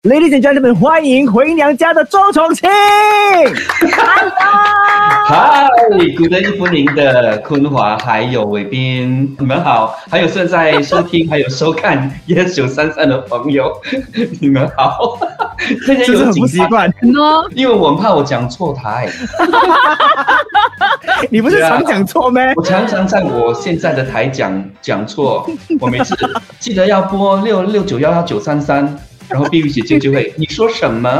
Ladies and gentlemen， 欢迎回娘家的周重庆。 嗨 ，Good evening 的坤华还有伟斌，你们好，还有正在收听还有收看 Yes933 的朋友，你们好。 这些有紧张， 因为我很怕我讲错台。 你不是常讲错吗？ 我常常在我现在的台讲错，我每次记得要播669119333。然后碧玉姐姐就会，你说什么？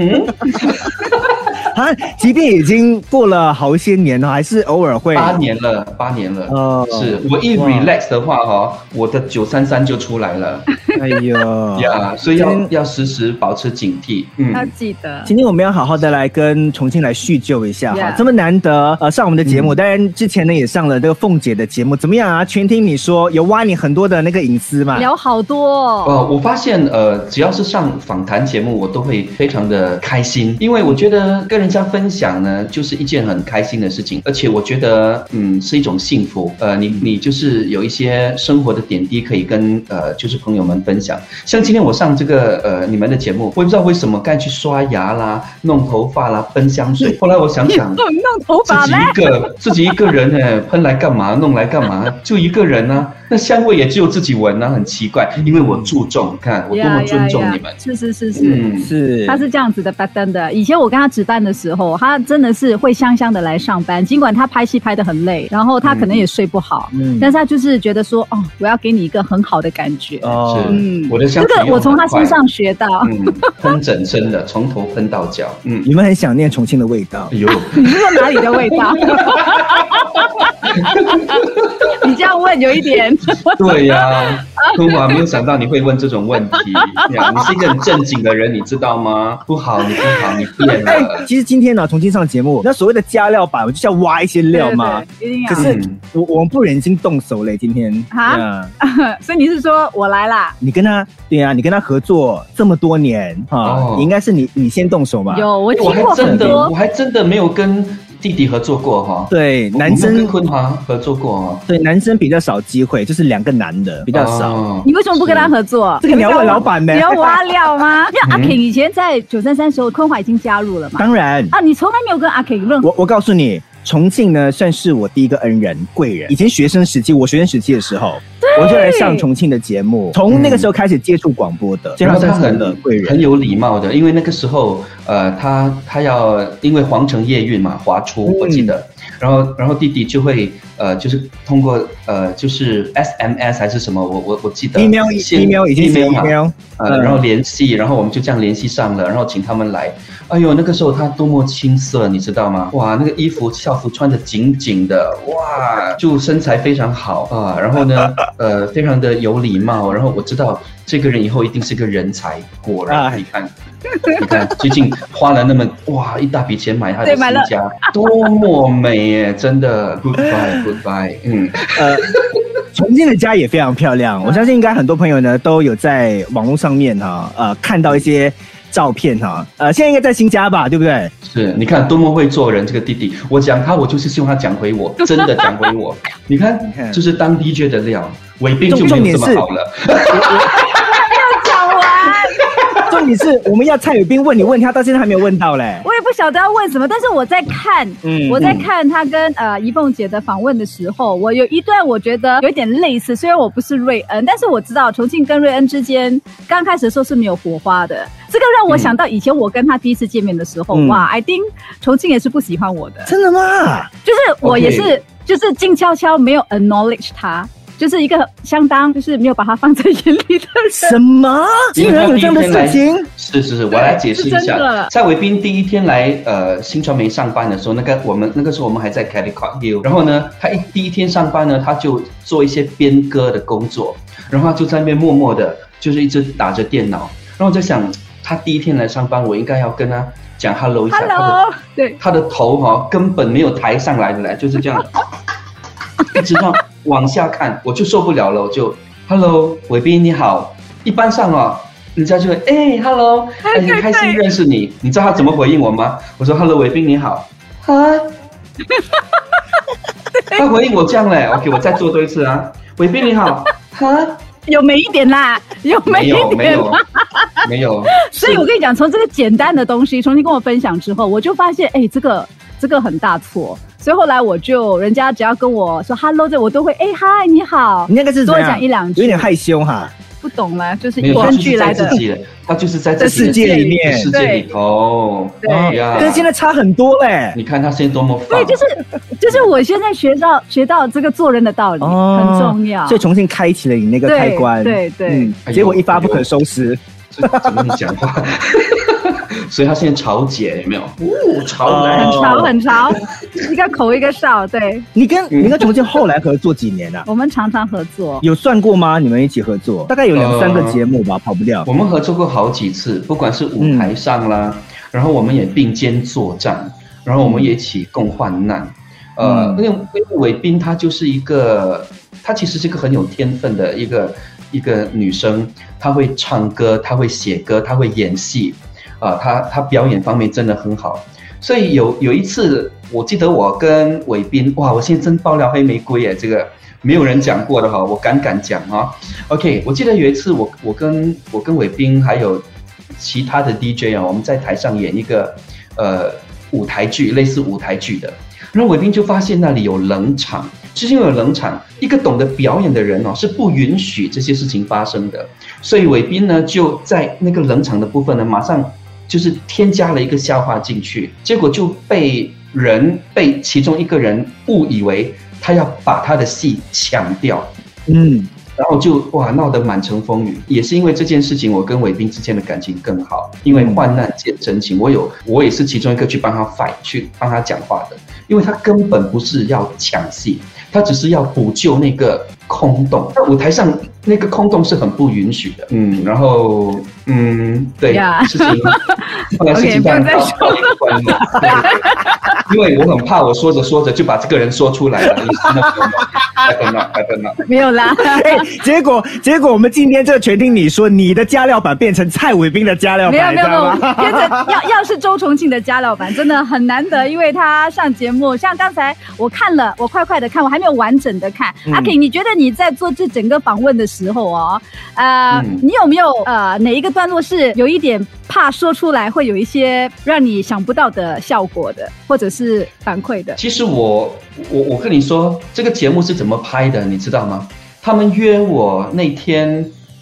啊，即便已经过了好些年了，还是偶尔会。 8年了。是我一 relax 的话我的933就出来了。 哎呦呀，所以要时时保持警惕。 要记得。 今天我们要好好的来跟重庆来叙旧一下哈，这么难得上我们的节目，当然之前呢也上了这个凤姐的节目，怎么样啊？全听你说有挖你很多的那个隐私嘛？ 聊好多我发现只要是上访谈节目，我都会非常的开心，因为我觉得跟人家分享呢，就是一件很开心的事情，而且我觉得是一种幸福。你就是有一些生活的点滴可以跟就是朋友们分享。像今天我上这个你们的节目，我也不知道为什么该去刷牙啦、弄头发啦、喷香水。后来我想想， 弄头发自己一个人喷来干嘛？弄来干嘛？就一个人啊，那香味也只有自己闻啊，很奇怪。因为我注重，看我多么尊重你们。 是，他是这样子的巴登的。以前我跟他值班的时候，他真的是会香香的来上班，尽管他拍戏拍得很累，然后他可能也睡不好，但是他就是觉得说，我要给你一个很好的感觉。 我的香水这个我从他身上学到， 喷整身的，从头喷到脚。 你们很想念重庆的味道？ 哎呦， 你是说哪里的味道？你这样问有一点。 对呀，坤华没有想到你会问这种问题呀！你是一个很正经的人，你知道吗？不好，你变了。 其实今天呢，重庆上节目，那所谓的加料版，我就是要挖一些料嘛。可是我们不忍心动手嘞，今天啊，所以你是说我来啦？ 你跟他对啊，你跟他合作这么多年应该是你先动手吧？ 有，我听过很多， 我还真的没有跟弟弟合作过哈。 对，男生跟坤华合作过对，男生比较少机会，就是2个男的比较少。 你为什么不跟他合作？ 这个你要问老板呢？ 你要挖料吗？因为阿 King 以前在933时候，坤华已经加入了嘛。 当然啊，你从来没有跟阿 King 任何。 我告诉你。重庆呢，算是我第一个恩人贵人。以前我学生时期的时候，我就来上重庆的节目，从那个时候开始接触广播的， 然后他很有礼貌的，因为那个时候他要因为皇城夜运嘛华出，我记得，然后弟弟就会就是通过就是 SMS 还是什么，我记得 email 已经是 email 然后联系，然后我们就这样联系上了，然后请他们来。哎呦，那个时候他多么青涩，你知道吗？哇，那个校服穿得紧紧的，哇，就身材非常好啊。然后呢，非常的有礼貌。然后我知道这个人以后一定是个人才。果然，你看，最近花了那么一大笔钱买他的新家，多么美耶！真的 ，goodbye。 重庆的家也非常漂亮，我相信应该很多朋友呢都有在网络上面看到一些照片现在应该在新家吧，对不对？ 是，你看多么会做人，这个弟弟，我讲他，我就是希望他讲回我，真的讲回我。你看，就是当 DJ 的料，伟斌就没有这么好了。 重点是我们要蔡宇斌问你问题，他到现在还没有问到嘞。 我也不晓得要问什么，但是我在看他跟怡凤姐的访问的时候，我有一段我觉得有点类似，虽然我不是瑞恩，但是我知道重庆跟瑞恩之间刚开始的时候是没有火花的。这个让我想到以前我跟他第一次见面的时候，I think 重庆也是不喜欢我的。 真的吗？ 就是我也是，就是静悄悄没有 acknowledge 他。就是一个相当就是没有把他放在眼里的人。 什么？竟然有这样的事情？ 是，我来解释一下。蔡伟斌第一天来新传媒上班的时候，那个时候我们还在 Caldecott Hill， 然后呢，他第一天上班呢，他就做一些编歌的工作，然后他就在那边默默的，就是一直打着电脑。然后我在想，他第一天来上班，我应该要跟他讲 hello 一下。 对， 他的头根本没有抬上来的嘞，就是这样，一直到往下看，我就受不了了，我就 Hello 伟斌你好。一般上人家就会Hello， 很开心认识你。你知道他怎么回应我吗？我说 Hello 伟斌你好，他回应我这样嘞。OK， 我再做多一次啊，伟斌你好， 有美一点啦，有美一点啦， 没有。 所以我跟你讲，从这个简单的东西重新跟我分享之后，我就发现，这个很大错。所以后来人家只要跟我说 “hello”， 我都会嗨你好。 你那个是多讲一两句， 有点害羞哈。 不懂了，就是与生俱来的。 他就是在这世界里面， 世界里头。 对呀， 跟现在差很多嘞。 你看他现在多么放。 对，就是我现在学到这个做人的道理，很重要。 所以重新开启了你那个开关， 对， 结果一发不可收拾。 怎么你讲话？所以他现在潮姐有没有？潮男，很潮，一个口一个哨。对， 你跟重庆后来合作几年啊？ 我们常常合作， 有算过吗？你们一起合作大概有2-3个节目吧，跑不掉。 我们合作过好几次，不管是舞台上啦，然后我们也并肩作战，然后我们也一起共患难。因为伟斌她就是她其实是一个很有天分的一个女生，她会唱歌，她会写歌，她会演戏。他表演方面真的很好，所以有一次，我记得我跟伟斌，哇，我现在真爆料黑玫瑰耶，这个没有人讲过的哈，我敢讲哈。OK， 我记得有一次我跟伟斌还有其他的 DJ 啊，我们在台上演一个舞台剧，类似舞台剧的，然后伟斌就发现那里有冷场，就是因为有冷场，一个懂得表演的人哦是不允许这些事情发生的，所以伟斌呢就在那个冷场的部分呢，马上就是添加了一个笑话进去，结果就被其中一个人误以为他要把他的戏抢掉，然后就闹得满城风雨。也是因为这件事情，我跟伟斌之间的感情更好，因为患难见真情，我也是其中一个去帮他 fight， 去帮他讲话的，因为他根本不是要抢戏，他只是要补救那个空洞，在舞台上那个空洞是很不允许的。然后对，事情后来事情办到一个关落，因为我很怕我说着说着就把这个人说出来了，你真的不能， 没有啦。 结果我们今天这个全听你说，你的加料版变成蔡伟斌的加料版， 没有，变成要是周重庆的加料版，真的很难得，因为他上节目，像刚才我看了，我快的看，我还没有完整的看。阿 King， 你觉得你在做这整个访问的时候你有没有哪一个段落是有一点怕说出来会有一些让你想不到的效果的，或者是反馈的？ 其实我跟你说，这个节目是怎么拍的，你知道吗？他们约我那天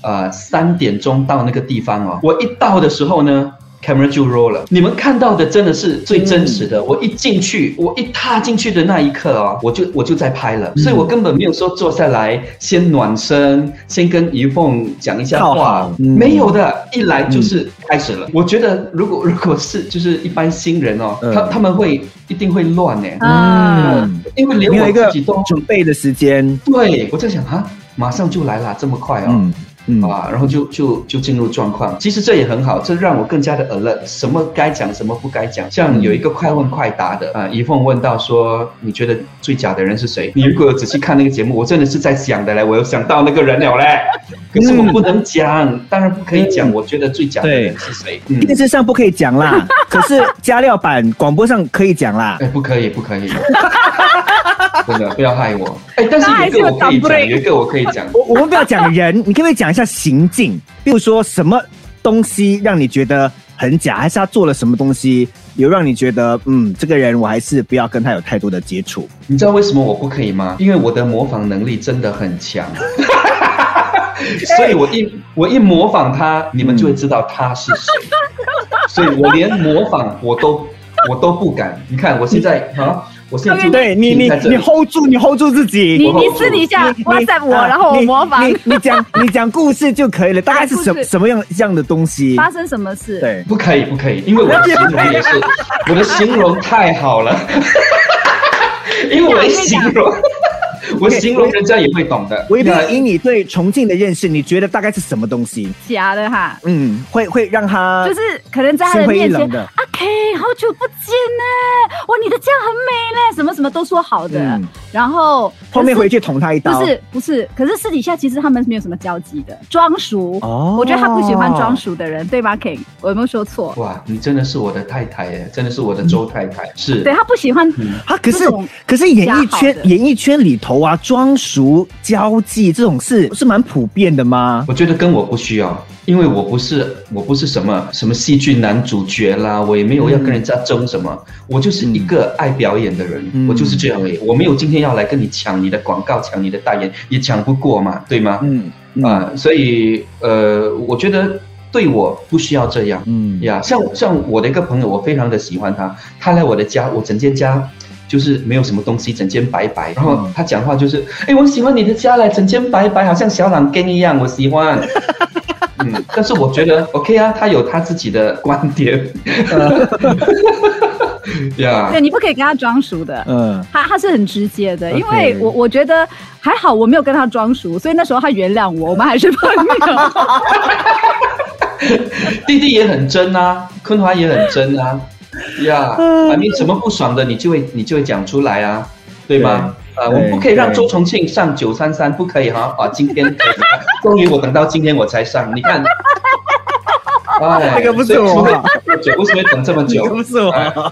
3点钟到那个地方哦，我一到的时候呢，camera 就 roll 了。你们看到的真的是最真实的。我一踏进去的那一刻哦，我就在拍了，所以我根本没有说坐下来先暖身，先跟怡凤讲一下话，没有的，一来就是开始了。我觉得如果是就是一般新人哦，他们一定会乱呢，因为连我自己都准备的时间。 对，我在想马上就来了，这么快哦。然后就进入状况。其实这也很好，这让我更加的 alert， 什么该讲，什么不该讲。像有一个快问快答的怡凤问到说，你觉得最假的人是谁？你如果仔细看那个节目，我真的是在想的嘞，我有想到那个人了嘞。可是我不能讲，当然不可以讲。我觉得最假的人是谁？ 电视上不可以讲啦，可是加料版广播上可以讲啦。 不可以。真的不要害我。但是有一个我可以讲，有一个我可以讲。 我们不要讲人，你可不可以讲一下行径？比如说什么东西让你觉得很假，还是他做了什么东西有让你觉得这个人我还是不要跟他有太多的接触？ 你知道为什么我不可以吗？因为我的模仿能力真的很强。所以我一模仿他，你们就会知道他是谁。所以我连模仿我都不敢。你看我现在我现在就对你 hold 住自己， 你私底下 WhatsApp 我，然后我模仿你讲故事就可以了，大概是什么样的东西？ 发生什么事？ 对，不可以，因为我的形容也是，我的形容太好了，因为我的形容。我形容人家也会懂的。 伟斌，以你对重庆的认识，你觉得大概是什么东西？ 假的哈。 会让他就是可能在他的面前，OK， 好久不见呢，哇，你的家很美呢，什么什么都说好的， 然后后面回去捅他一刀。 不是，可是私底下其实他们没有什么交集的，装熟。我觉得他不喜欢装熟的人，对吗 King？ 我有没有说错？ 哇，你真的是我的太太耶，真的是我的周太太。是， 对他不喜欢可是演艺圈里头啊，装熟交际这种事是蛮普遍的吗？ 我觉得跟我不需要。因为我不是什么戏剧男主角啦，我也没有要跟人家争什么，我就是一个爱表演的人，我就是这样而已。我没有今天要来跟你抢你的广告，抢你的代言，也抢不过嘛，对吗？所以我觉得对我不需要这样，像我的一个朋友，我非常的喜欢他，他来我的家，我整间家就是没有什么东西，整间白白，然后他讲话就是，我喜欢你的家来，整间白白，好像小朗根一样，我喜欢。但是我觉得 OK 啊，他有他自己的观点。 对，你不可以跟他装熟的。他是很直接的，因为我觉得还好，我没有跟他装熟，所以那时候他原谅我，我们还是朋友。 弟弟也很真啊，坤华也很真啊。你什么不爽的，你就会讲出来啊，对吗？我们不可以让周重庆上933，不可以哈！今天可以，终于我等到今天我才上，你看， 这个不是我， 为什么等这么久？ 不是我，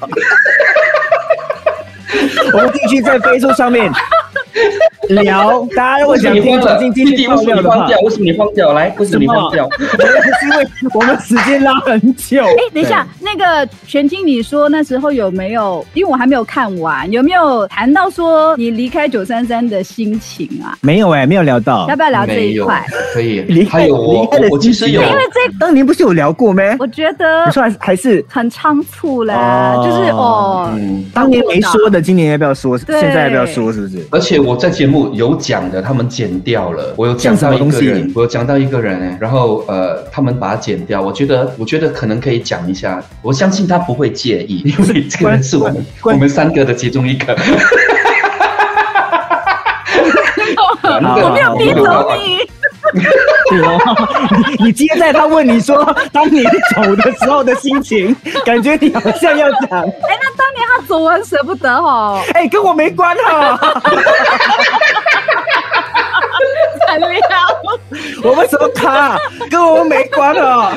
我们继续在Facebook上面聊，大家如果想听重庆继续爆料的话， 为什么你慌掉？来，为什么你慌掉？ 是因为我们时间拉很久。 等一下，那个全听你说那时候有没有？因为我还没有看完，有没有谈到说你离开933的心情啊？ 没有没有聊到。 要不要聊这一块？ 可以。还有我其实有， 因为这当年不是有聊过吗？ 我觉得你说还是很仓促啦，就是当年没说的，今年要不要说？现在要不要说？是不是？ 而且我在节目有讲的，他们剪掉了。我有讲到一个人，然后他们把它剪掉。我觉得可能可以讲一下，我相信他不会介意，因为这个人是我们3个的其中一个。 我没有逼走你。 你接在他问你说当你走的时候的心情，感觉你好像要讲。 那当年他走我很舍不得哦。 跟我没关哈。 惨了， 我们什么咖，跟我们没关哦。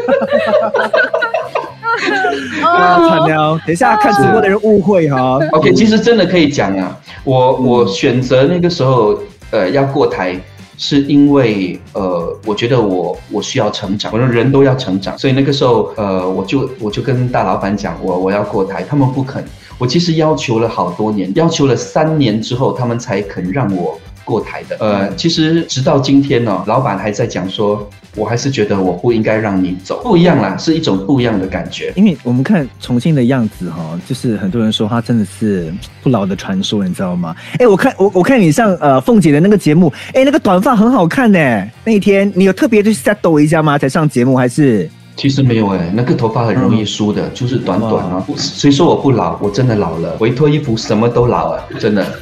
惨了，等一下看直播的人误会哈。 OK， 其实真的可以讲啊，我选择那个时候要过台。是因为我觉得我需要成长，我说人都要成长，所以那个时候我就跟大老板讲我要过台，他们不肯。我其实要求了好多年，要求了3年之后，他们才肯让我过台的。其实直到今天呢，老板还在讲说，我还是觉得我不应该让你走，不一样啦，是一种不一样的感觉。 因为我们看重庆的样子哈，就是很多人说他真的是不老的传说，你知道吗？我看你上凤姐的那个节目，那个短发很好看呢。那一天你有特别去 settle 一下吗？才上节目还是？ 其实没有那个头发很容易梳的，就是短短啊。谁说我不老？我真的老了，我一脱衣服什么都老了，真的。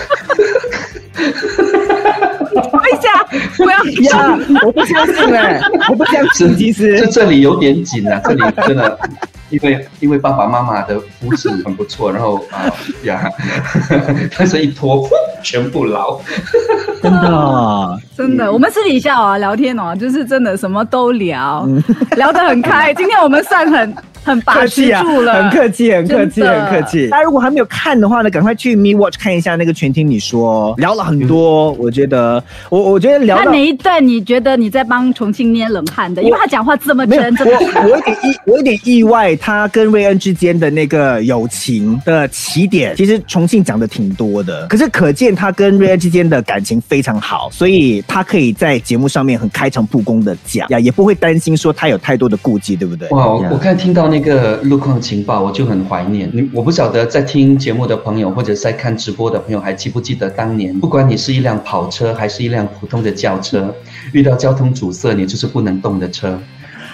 不要呀！我不相信我不相信。其实这里有点紧啊，这里真的，因为爸爸妈妈的肤质很不错，然后但是一脱全部老， 真的， 我们私底下聊天就是真的什么都聊，聊得很开。今天我们算很把持住了， 很客气。大家如果还没有看的话呢，赶快去 Me Watch 看一下那个全听你说，聊了很多。我觉得我觉得聊到哪一段你觉得你在帮重庆捏冷汗的？因为他讲话这么真， 我有点意外，他跟瑞恩之间的那个友情的起点，其实重庆讲的挺多的，可是可见他跟瑞恩之间的感情非常好，所以他可以在节目上面很开诚布公的讲也不会担心说他有太多的顾忌，对不对？ 哇，我刚才听到那个路况情报，我就很怀念。我不晓得在听节目的朋友或者在看直播的朋友还记不记得当年，不管你是一辆跑车还是一辆普通的轿车，遇到交通阻塞，你就是不能动的车。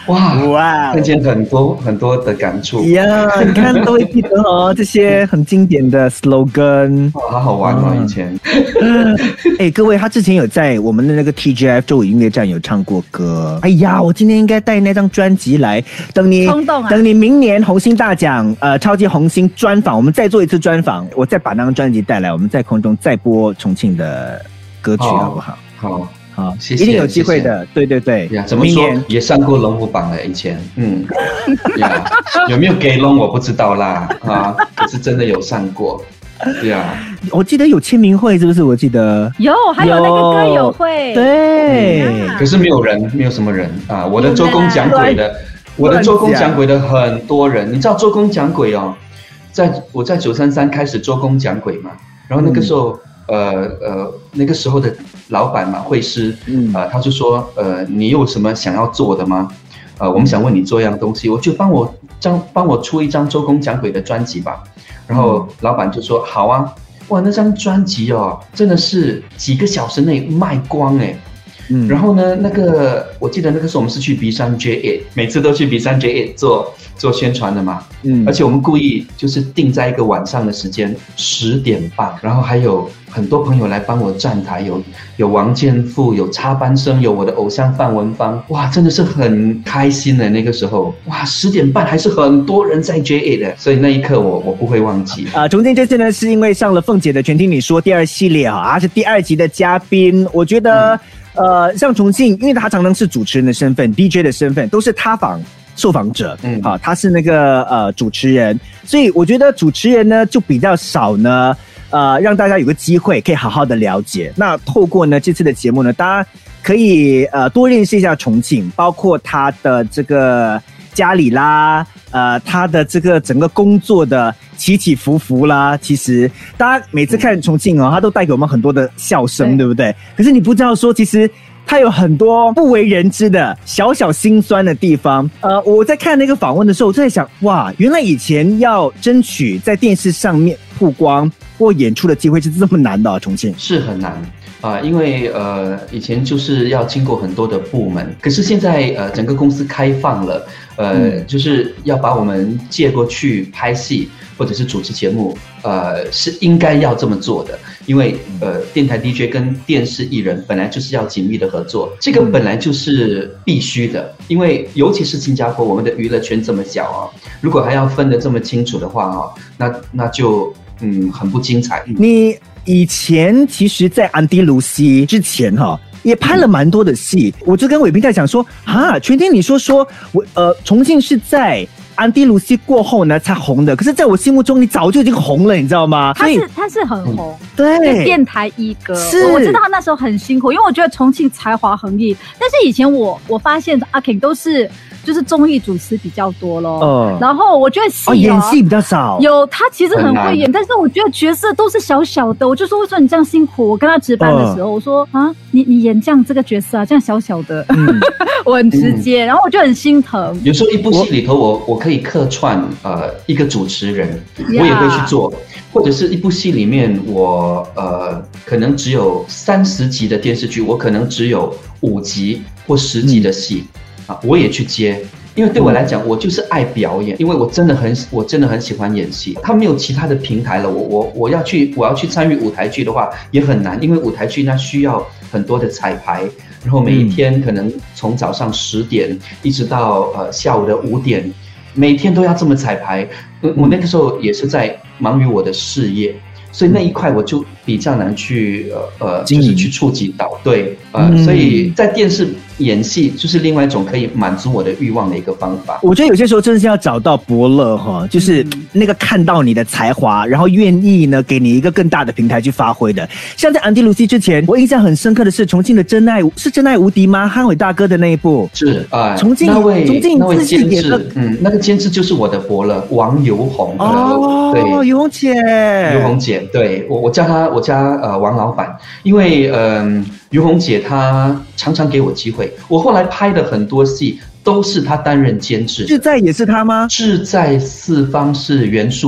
哇，看见很多很多的感触呀！你看都会记得哦，这些很经典的 slogan， 好好玩哦，以前。 各位，他之前有在我们的那个 TGF 周五音乐站有唱过歌。哎呀，我今天应该带那张专辑来，等你明年红星大奖超级红星专访，我们再做一次专访，我再把那张专辑带来，我们在空中再播重庆的歌曲，好不好？ 好，谢谢， 一定有机会的。对对对， 怎么说也上过龙虎榜了以前，有没有给龙我不知道啦，可是真的有上过。 我记得有签名会，是不是？我记得有，还有那个歌友会。 对， 可是没有什么人啊。我的周公讲鬼的很多人，你知道周公讲鬼哦，我在933开始周公讲鬼嘛，然后那个时候。那个时候的老板嘛，会师，他就说，你有什么想要做的吗？我们想为你做一样东西，我就帮我出一张周公讲鬼的专辑吧。然后老板就说好啊，哇，那张专辑哦，真的是几个小时内卖光哎。然后呢，我记得那个时候我们是去 B3 J8， 每次都去 B3 J8 做宣传的嘛，而且我们故意就是定在一个晚上的时间10点半，然后还有很多朋友来帮我站台，有王建富，有插班生，有我的偶像范文芳，哇，真的是很开心的那个时候，哇，10点半还是很多人在 J8 的，所以那一刻我不会忘记。 重庆这次呢是因为上了凤姐的全听你说第2系列他是第2集的嘉宾，我觉得。像重庆，因为他常常是主持人的身份 ，DJ 的身份，都是他受访者，他是那个主持人，所以我觉得主持人呢就比较少呢，让大家有个机会可以好好的了解。那透过呢这次的节目呢，大家可以多认识一下重庆，包括他的这个家里啦，他的这个整个工作的起起伏伏啦，其实大家每次看重庆他都带给我们很多的笑声，对不对？可是你不知道说，其实他有很多不为人知的小小心酸的地方。我在看那个访问的时候，我就在想，哇，原来以前要争取在电视上面曝光或演出的机会是这么难的重庆是很难。因为以前就是要经过很多的部门，可是现在整个公司开放了，就是要把我们借过去拍戏或者是主持节目，是应该要这么做的，因为电台 DJ 跟电视艺人本来就是要紧密的合作，这个本来就是必须的，因为尤其是新加坡，我们的娱乐圈这么小如果还要分得这么清楚的话那就很不精彩。 你以前其实在安迪卢西之前也拍了蛮多的戏，我就跟伟斌在讲说全听你说重庆是在安迪卢西过后呢才红的，可是在我心目中你早就已经红了，你知道吗？ 他是很红， 对， 电台一哥，我知道他那时候很辛苦，因为我觉得重庆才华横溢，但是以前我发现阿 King 都是就是综艺主持比较多咯，然后我觉得演戏比较少。 有他其实很会演，但是我觉得角色都是小小的。我就说为什么你这样辛苦？我跟他值班的时候，我说你演这样这个角色这样小小的，我很直接，然后我就很心疼。 有时候一部戏里头，我可以客串一个主持人，我也会去做，或者是一部戏里面我可能只有30集的电视剧，我可能只有5集或10集的戏。我也去接，因为对我来讲，我就是爱表演，因为我真的很喜欢演戏。他没有其他的平台了，我要去参与舞台剧的话也很难，因为舞台剧那需要很多的彩排，然后每一天可能从早上10点一直到下午的5点，每天都要这么彩排。我那个时候也是在忙于我的事业，所以那一块我就比较难去就是去触及到，对，所以在电视演戏就是另外一种可以满足我的欲望的一个方法。 我觉得有些时候真的是要找到伯乐就是那个看到你的才华，然后愿意呢给你一个更大的平台去发挥的。像在安迪卢西之前，我印象很深刻的是重庆的真爱无敌吗？汉伟大哥的那一部是重庆那位监制，那个监制就是我的伯乐王游红。对， 游红姐， 对，我叫他王老板，因为游红姐她常常给我机会，我后来拍的很多戏都是她担任监制。 志在也是她吗？ 志在四方是袁树伟，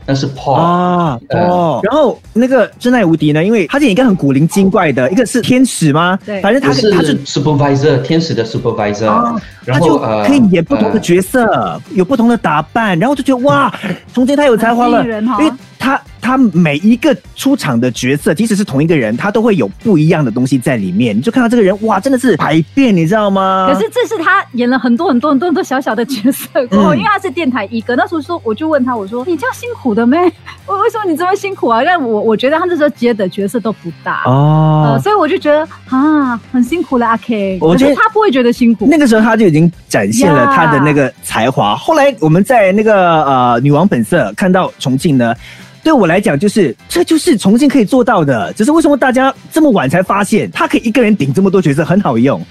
那是 Paul 啊然后那个真爱无敌呢，因为他演一个很古灵精怪的，一个是天使吗？ 对， 反正他是 supervisor 天使的 supervisor，然后他就可以演不同的角色，有不同的打扮，然后就觉得哇，从前他有才华了，因为他每一个出场的角色，即使是同一个人，他都会有不一样的东西在里面，你就看到这个人哇，真的是百变，你知道吗？ 可是这是他演了很多小小的角色过后，因为他是电台一哥，那时候我就问他，我说你这样辛苦的咩？为什么你这么辛苦啊？让我觉得他那时候接的角色都不大所以我就觉得很辛苦了阿 K， 我觉得他不会觉得辛苦， 那个时候他就已经展现了他的那个才华。后来我们在那个女王本色看到重庆呢。对我来讲，这就是重庆可以做到的，只是为什么大家这么晚才发现，他可以一个人顶这么多角色，很好用。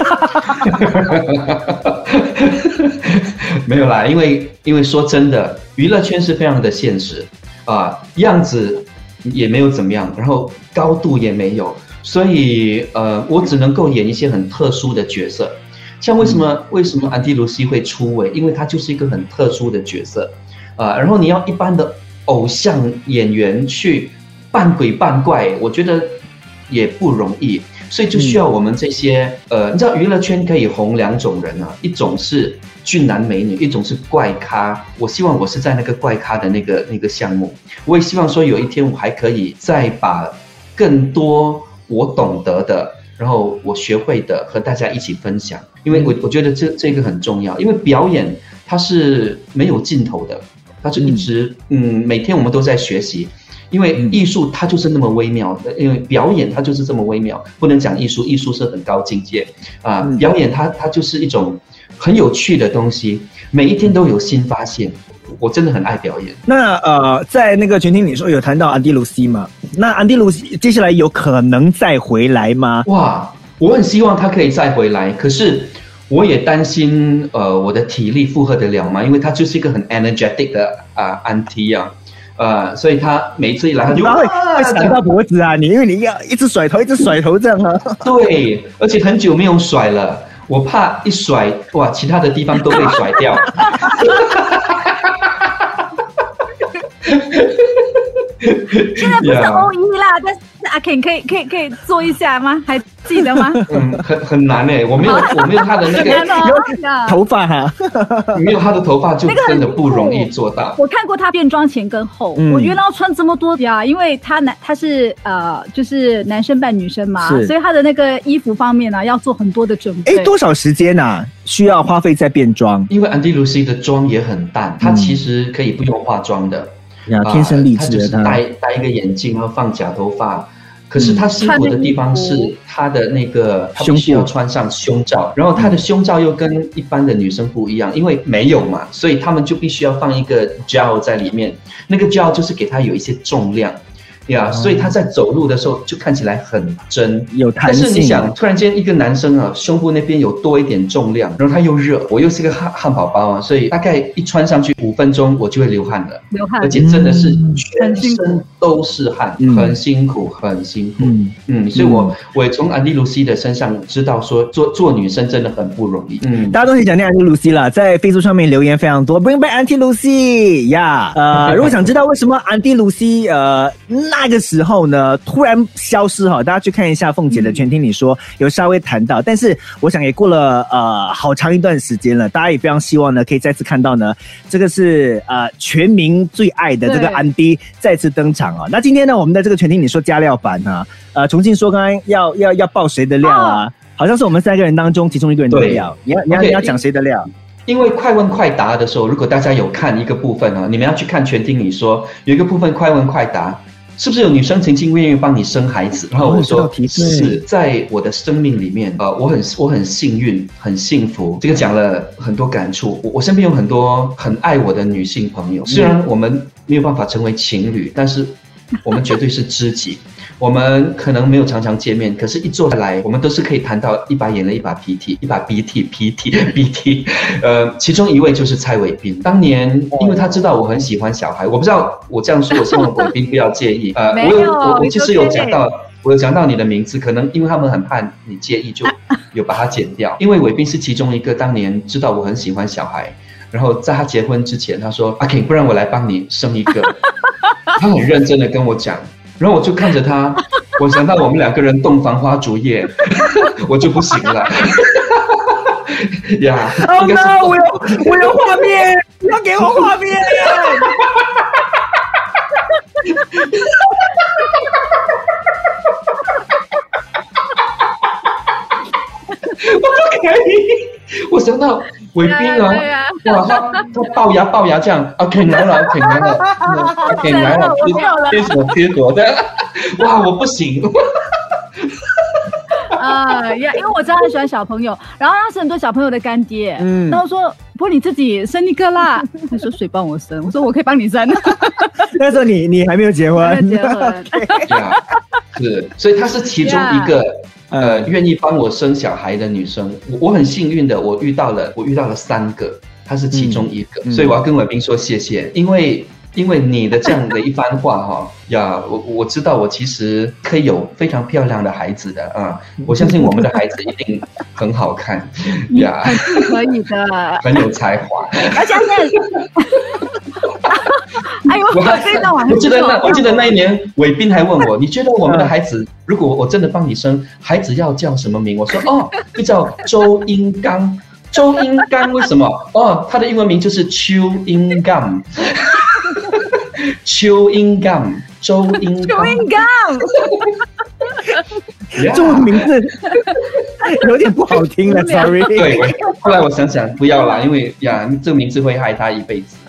没有啦，因为说真的，娱乐圈是非常的现实样子也没有怎么样，然后高度也没有，所以我只能够演一些很特殊的角色。像为什么安迪卢西会出位？因为他就是一个很特殊的角色然后你要一般的偶像演员去扮鬼扮怪，我觉得也不容易，所以就需要我们这些你知道娱乐圈可以红两种人一种是俊男美女，一种是怪咖。我希望我是在那个怪咖的那个项目，我也希望说有一天我还可以再把更多我懂得的，然后我学会的和大家一起分享，因为我觉得这个很重要，因为表演它是没有尽头的。它就一直每天我们都在学习，因为艺术它就是那么微妙的，因为表演它就是这么微妙，不能讲艺术，艺术是很高境界表演它就是一种很有趣的东西，每一天都有新发现，我真的很爱表演。 那在那个全听你说有谈到安迪卢西嘛？那安迪卢西接下来有可能再回来吗？ 哇，我很希望他可以再回来，可是我也担心我的体力负荷得了吗？因为他就是一个很 energetic 的auntie所以他每一次一来他就会闪到脖子啊，因为你要一直甩头这样对，而且很久没有甩了，我怕一甩哇，其他的地方都被甩掉。 现在不是欧一啦，但是阿 Ken 可以做一下吗？还记得吗？ 很难我没有他的那个头发没有他的头发就真的不容易做到。 我看过他变装前跟后，我原来要穿这么多因为他是就是男生扮女生嘛，所以他的那个衣服方面要做很多的准备。 多少时间需要花费在变装？ 因为安迪卢西的妆也很淡，她其实可以不用化妆的。 天生丽质的， 他就是戴一个眼镜，然后放假头发。可是他辛苦的地方是他的那个，他必须要穿上胸罩，然后他的胸罩又跟一般的女生不一样，因为没有嘛，所以他们就必须要放一个 gel 在里面，那个 gel 就是给他有一些重量。所以他在走路的时候就看起来很真， 有弹性。 但是你想，突然间一个男生胸部那边有多一点重量，然后他又热，我又是个汉堡包所以大概一穿上去5分钟我就会流汗了，而且真的是全身都是汗，很辛苦，很辛苦。所以我也从安迪卢西的身上知道说，做女生真的很不容易。 大家都很想念安迪卢西了，在 Facebook 上面留言非常多 ，Bring back 安迪卢西呀！如果想知道为什么安迪卢西那个时候呢突然消失大家去看一下凤姐的全听你说有稍微谈到，但是我想也过了好长一段时间了，大家也非常希望呢可以再次看到呢这个是全民最爱的这个安迪再次登场那今天呢我们的这个全听你说加料版重庆说刚刚要爆谁的料好像是我们3个人当中其中一个人的料，你要讲谁的料？ 因为快问快答的时候，如果大家有看一个部分你们要去看全听你说，有一个部分快问快答，是不是有女生曾经愿意帮你生孩子？然后我说是，在我的生命里面我很幸运，很幸福。这个讲了很多感触。我身边有很多很爱我的女性朋友，虽然我们没有办法成为情侣，但是我们绝对是知己。我们可能没有常常见面，可是一坐下来，我们都是可以谈到一把眼泪一把鼻涕，一把鼻涕。其中一位就是蔡伟斌。当年因为他知道我很喜欢小孩，我不知道我这样说，我希望伟斌不要介意。我其实有讲到你的名字，可能因为他们很怕你介意，就有把它剪掉。因为伟斌是其中一个当年知道我很喜欢小孩， 然后在他结婚之前，他说阿 King， 不然我来帮你生一个。他很认真的跟我讲，然后我就看着他，我想到我们2个人洞房花烛夜，我就不行了。呀， Oh no！ 我有画面，你要给我画面。 我不可以，我想到伟斌啊，哇，他龅牙这样，阿 King 来了，阿 King 来了，阿 King 来了，贴什么贴朵的，哇，我不行。 因为我知道他喜欢小朋友，然后他是很多小朋友的干爹，然后说不过你自己生一个啦，他说谁帮我生？我说我可以帮你生。 那时候你还没有结婚， 还没有结婚， 对啊，是，所以他是其中一个。愿意帮我生小孩的女生，我很幸运的，我遇到了3个，她是其中一个，所以我要跟伟斌说谢谢，因为你的这样的一番话哈呀，我知道我其实可以有非常漂亮的孩子的啊，我相信我们的孩子一定很好看呀， 可以的， 很有才华， 而且现在。哎呦， 我记得那一年，伟斌还问我，你觉得我们的孩子，如果我真的帮你生，孩子要叫什么名？我说就叫周英刚。周英刚为什么？他的英文名就是邱英刚。邱英刚，周英刚。 中文名字有点不好听了 ，sorry。 对，后来我想想不要啦，因为这个名字会害他一辈子。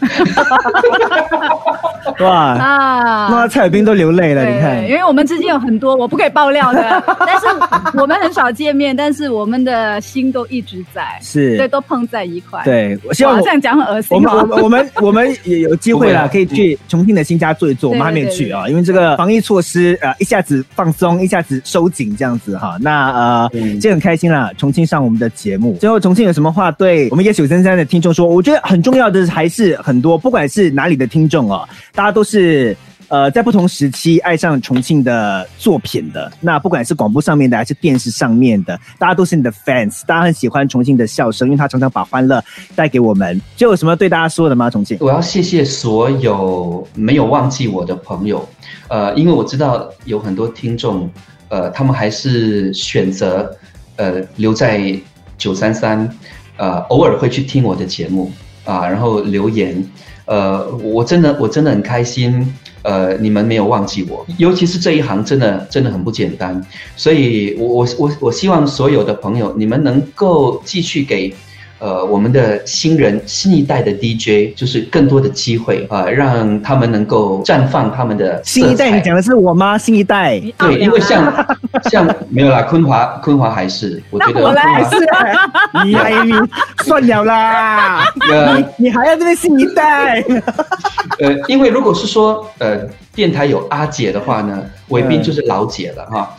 哇，蔡伟斌都流泪了，你看。 因为我们之间有很多我不可以爆料的，但是我们很少见面，但是我们的心都一直在， 是， 对，都碰在一块。 对，我希望这样讲很恶心。 我们也有机会啦，可以去重庆的新家坐一坐，我们还没有去啊，因为这个防疫措施一下子放松，一下子收紧这样子哈。那今天很开心啦，重庆上我们的节目。最后重庆有什么话对我们1933的听众说？我觉得很重要的还是很多，不管是哪里的听众哦，大家都是在不同时期爱上重庆的作品的。那不管是广播上面的还是电视上面的，大家都是你的 fans， 大家很喜欢重庆的笑声，因为他常常把欢乐带给我们。就有什么对大家说的吗？重庆， 我要谢谢所有没有忘记我的朋友，因为我知道有很多听众，他们还是选择留在933，偶尔会去听我的节目然后留言。我真的很开心，你们没有忘记我，尤其是这一行真的很不简单，所以我希望所有的朋友，你们能够继续给我们的新一代的 DJ 就是更多的机会让他们能够绽放他们的色彩。 新一代，你讲的是我吗？新一代， 对，因为像没有啦，坤华还是，我觉得我来是你算了啦，你还要这边新一代。 因为如果是说电台有阿姐的话呢，伟斌就是老姐了哈。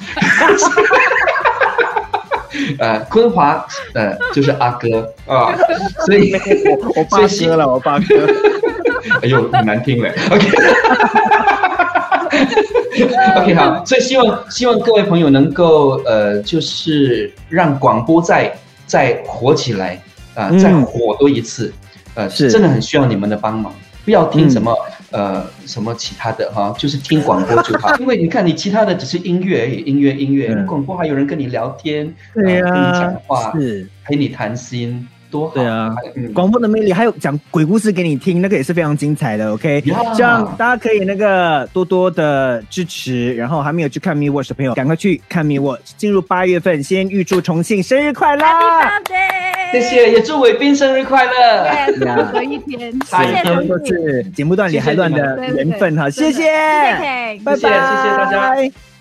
坤华就是阿哥所以我爸哥了，我爸哥。 哎呦，很难听了。OK 好，所以希望各位朋友能够就是让广播再火起来再火多一次是真的很需要你们的帮忙。不要听什么什么其他的哈，就是听广播就好。因为你看，你其他的只是音乐而已，音乐，广播还有人跟你聊天， 对啊， 跟你讲话， 是陪你谈心，多好。 对啊，广播的魅力，还有讲鬼故事给你听，那个也是非常精彩的。OK， 这样大家可以那个多多的支持，然后还没有去看 Me Watch 的朋友，赶快去看 Me Watch。进入8月份，先预祝重庆生日快乐！ Happy birthday！ 谢谢，也祝伟斌生日快乐！ 隔一天， 谢谢都是节目段里还乱的缘分哈，谢谢， 拜拜， 谢谢大家。